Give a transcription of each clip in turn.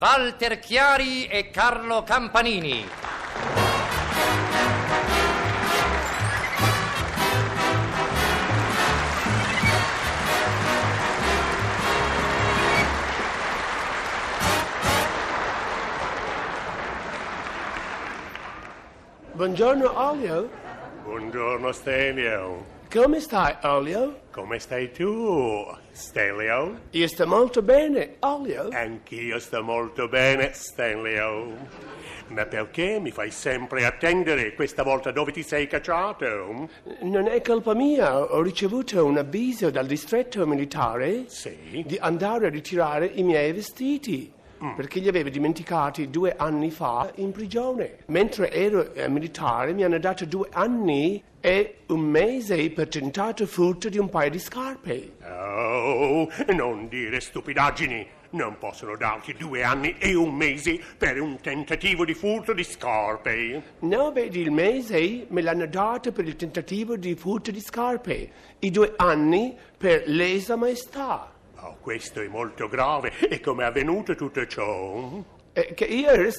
Walter Chiari e Carlo Campanini. Buongiorno Olio. Buongiorno Stelio. Come stai Olio? Come stai tu, Stelio? Io sto molto bene, Olio. Anch'io sto molto bene, Stelio. Ma perché mi fai sempre attendere? Questa volta dove ti sei cacciato? Non è colpa mia, ho ricevuto un avviso dal distretto militare Sì? di andare a ritirare i miei vestiti. Perché li avevo dimenticati 2 anni fa in prigione. Mentre ero militare mi hanno dato 2 anni e 1 mese per tentato furto di un paio di scarpe. Oh, non dire stupidaggini. Non possono darti 2 anni e 1 mese per un tentativo di furto di scarpe. No, vedi, il mese me l'hanno dato per il tentativo di furto di scarpe. I 2 anni per lesa maestà. Oh, questo è molto grave. E come è avvenuto tutto ciò? Che io ero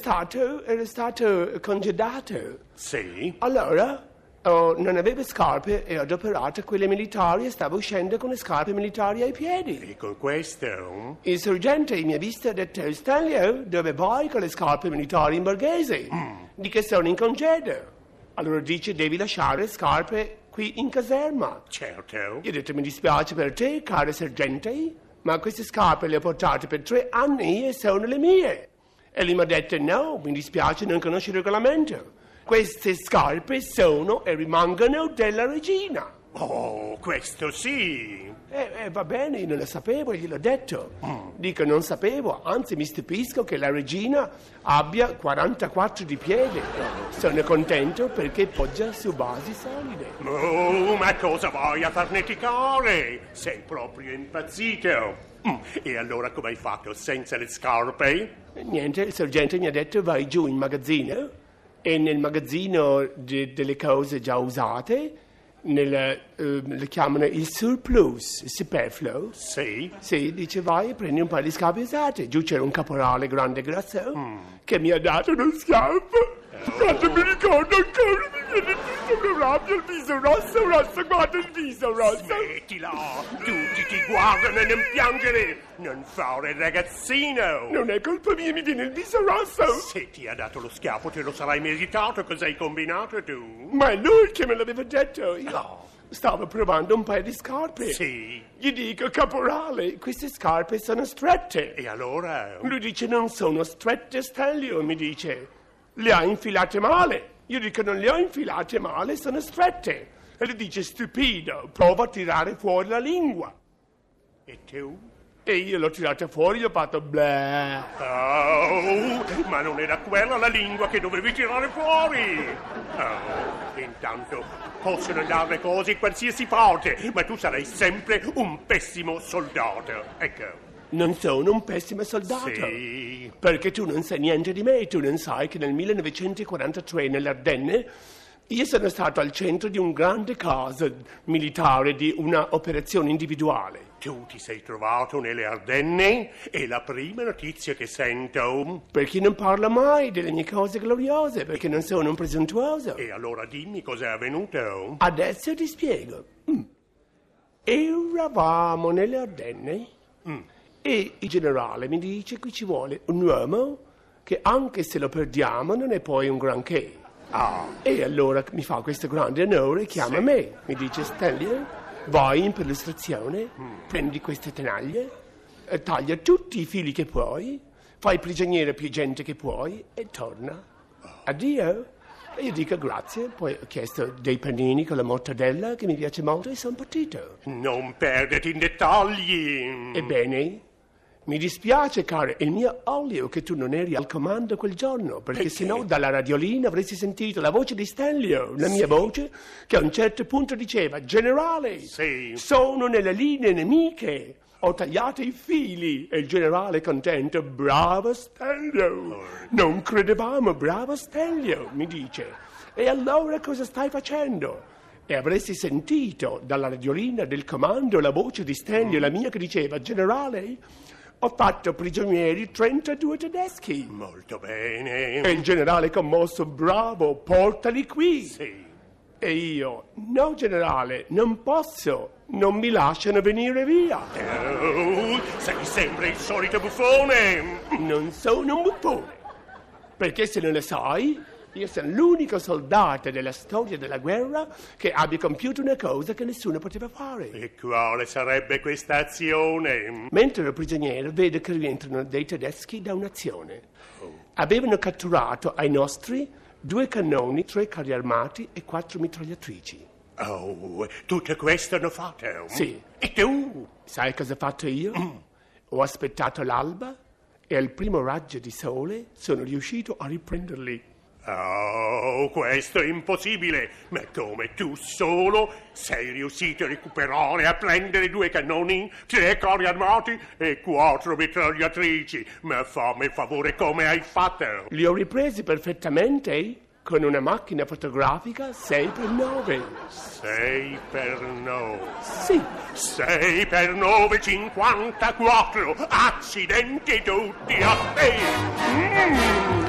stato congedato. Sì? Allora, non avevo scarpe e ho adoperato quelle militari e stavo uscendo con le scarpe militari ai piedi. E con questo? Il sergente mi ha visto e ha detto: Stelio, dove vai con le scarpe militari in borghese? Di che sono in congedo. Allora dice: devi lasciare le scarpe qui in caserma. Certo. Io ho detto: mi dispiace per te, caro sergente, ma queste scarpe le ho portate per 3 anni e sono le mie. E lui mi ha detto: no, mi dispiace, non conosci il regolamento. Queste scarpe sono e rimangono della regina. Oh, questo sì. Va bene, io non lo sapevo, gliel'ho detto. Dico, non sapevo, anzi mi stupisco che la regina abbia 44 di piede. Sono contento perché poggia su basi solide. Oh, ma cosa vuoi a farneticare? Sei proprio impazzito. E allora come hai fatto senza le scarpe? Niente, il sergente mi ha detto: vai giù in magazzino e nel magazzino delle cose già usate, le chiamano il surplus, il superfluo. Sì? Sì, dice: vai e prendi un paio di scarpe usate. Giù c'era un caporale grande e grasso che mi ha dato uno schiaffo. Guarda, mi ricordo ancora, mi viene il viso proprio, il viso rosso, guarda il viso rosso. Smettila! Tutti ti guardano e non piangere! Non fare il ragazzino! Non è colpa mia, mi viene il viso rosso. Se ti ha dato lo schiaffo te lo sarai meritato, cosa hai combinato tu? Ma è lui che me l'aveva detto. Io No. stavo provando un paio di scarpe. Sì? Gli dico: caporale, queste scarpe sono strette. E allora? Lui dice: non sono strette, Stelio, mi dice. Le ha infilate male. Io dico: non le ho infilate male, sono strette. E lui dice: stupido, prova a tirare fuori la lingua. E tu? E io l'ho tirata fuori e gli ho fatto bleh. Oh, ma non era quella la lingua che dovevi tirare fuori! Oh, intanto possono andare le cose in qualsiasi parte, ma tu sarai sempre un pessimo soldato. Ecco. Non sono un pessimo soldato. Sì. Perché tu non sai niente di me. Tu non sai che nel 1943 nelle Ardenne io sono stato al centro di un grande caso militare, di una operazione individuale. Tu ti sei trovato nelle Ardenne? È la prima notizia che sento. Perché non parla mai delle mie cose gloriose? Perché non sono un presuntuoso. E allora dimmi cos'è avvenuto. Adesso ti spiego. Eravamo nelle Ardenne e il generale mi dice: qui ci vuole un uomo che anche se lo perdiamo non è poi un granché. E allora mi fa questo grande onore, chiama me, mi dice: Stelio, vai in perlustrazione, prendi queste tenaglie, taglia tutti i fili che puoi, fai prigioniero più gente che puoi e torna. Addio. E io dico grazie, poi ho chiesto dei panini con la mortadella che mi piace molto e sono partito. Non perderti in dettagli. Ebbene, mi dispiace, caro, il mio Olio, che tu non eri al comando quel giorno, perché sennò dalla radiolina avresti sentito la voce di Stelio, la mia voce, che a un certo punto diceva: generale, sono nelle linee nemiche, ho tagliato i fili. E il generale contento: bravo Stelio, non credevamo, bravo Stelio, mi dice. E allora cosa stai facendo? E avresti sentito dalla radiolina del comando la voce di Stelio, la mia, che diceva: generale, ho fatto prigionieri 32 tedeschi. Molto bene. E il generale commosso, bravo, portali qui. Sì. E io, no generale, non posso, non mi lasciano venire via. Sei sempre il solito buffone. Non sono un buffone, perché se non lo sai, io sono l'unico soldato della storia della guerra che abbia compiuto una cosa che nessuno poteva fare. E quale sarebbe questa azione? Mentre ero prigioniero, vedo che rientrano dei tedeschi da un'azione. Avevano catturato ai nostri 2 cannoni, 3 carri armati e 4 mitragliatrici. Oh, tutto questo hanno fatto? Sì. E tu? Sai cosa ho fatto io? Ho aspettato l'alba e al primo raggio di sole sono riuscito a riprenderli. Oh, questo è impossibile. Ma come tu solo sei riuscito a recuperare e a prendere 2 cannoni, 3 carri armati e 4 mitragliatrici? Ma fammi il favore, come hai fatto? Li ho ripresi perfettamente con una macchina fotografica 6x9. 6x9. Sì. 6x9, 54. Accidenti tutti a te.